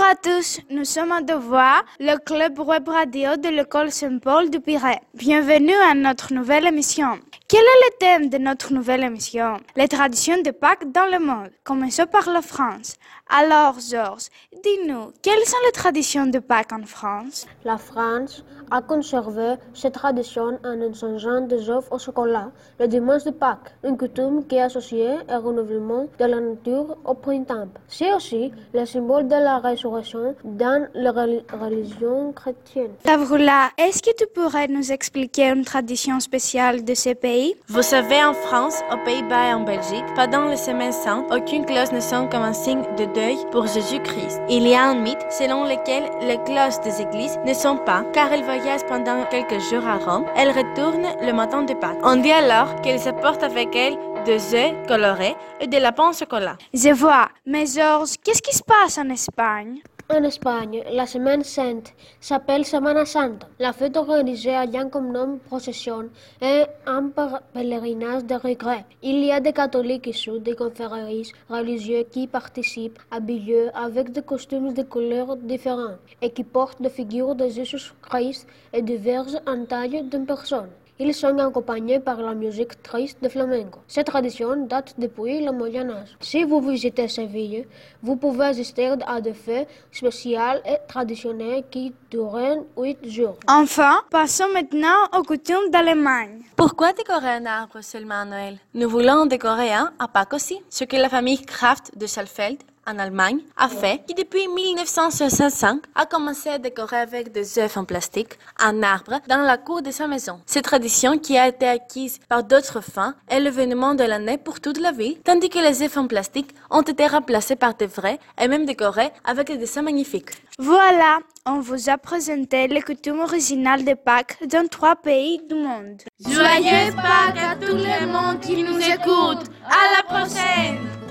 à tous, nous sommes à Devois, le club web radio de l'école Saint-Paul du Pirée. Bienvenue à notre nouvelle émission. Quel est le thème de notre nouvelle émission? Les traditions de Pâques dans le monde. Commençons par la France. Alors, Georges, dis-nous, quelles sont les traditions de Pâques en France? La France a conservé cette tradition en échangeant des œufs au chocolat le dimanche de Pâques, une coutume qui est associée au renouvellement de la nature au printemps. C'est aussi le symbole de la résurrection dans les religions chrétiennes. Gavrula, est-ce que tu pourrais nous expliquer une tradition spéciale de ce pays? Vous savez, en France, aux Pays-Bas et en Belgique, pendant les semaines saintes, aucune cloche ne sonne comme un signe de deuil pour Jésus-Christ. Il y a un mythe selon lequel les cloches des églises ne sonnent pas car elles voyagent pendant quelques jours à Rome. Elles retournent le matin de Pâques. On dit alors qu'elles apportent avec elles des œufs colorés et de la pain au chocolat. Je vois. Mais Georges, qu'est-ce qui se passe en Espagne? En Espagne, la Semaine Sainte s'appelle Semana Santa. La fête organisée ayant comme nom procession et un pèlerinage de regret. Il y a des catholiques issus des conférences religieuses qui participent habillés avec des costumes de couleurs différentes et qui portent des figures de Jésus-Christ et diverses en taille d'une personne. Ils sont accompagnés par la musique triste de flamenco. Cette tradition date depuis le Moyen Âge. Si vous visitez Séville, vous pouvez assister à des fêtes spéciales et traditionnelles qui durent 8 jours. Enfin, passons maintenant aux coutumes d'Allemagne. Pourquoi décorer un arbre seulement à Noël? Nous voulons en décorer un à Pâques aussi. Ce que la famille Kraft de Saalfeld en Allemagne a fait, qui depuis 1965 a commencé à décorer avec des œufs en plastique un arbre dans la cour de sa maison. Cette tradition, qui a été acquise par d'autres fins, est l'événement de l'année pour toute la ville, tandis que les œufs en plastique ont été remplacés par des vrais et même décorés avec des dessins magnifiques. Voilà, on vous a présenté les coutumes originales de Pâques dans 3 pays du monde. Joyeux Pâques à tout le monde qui nous écoute. À la prochaine!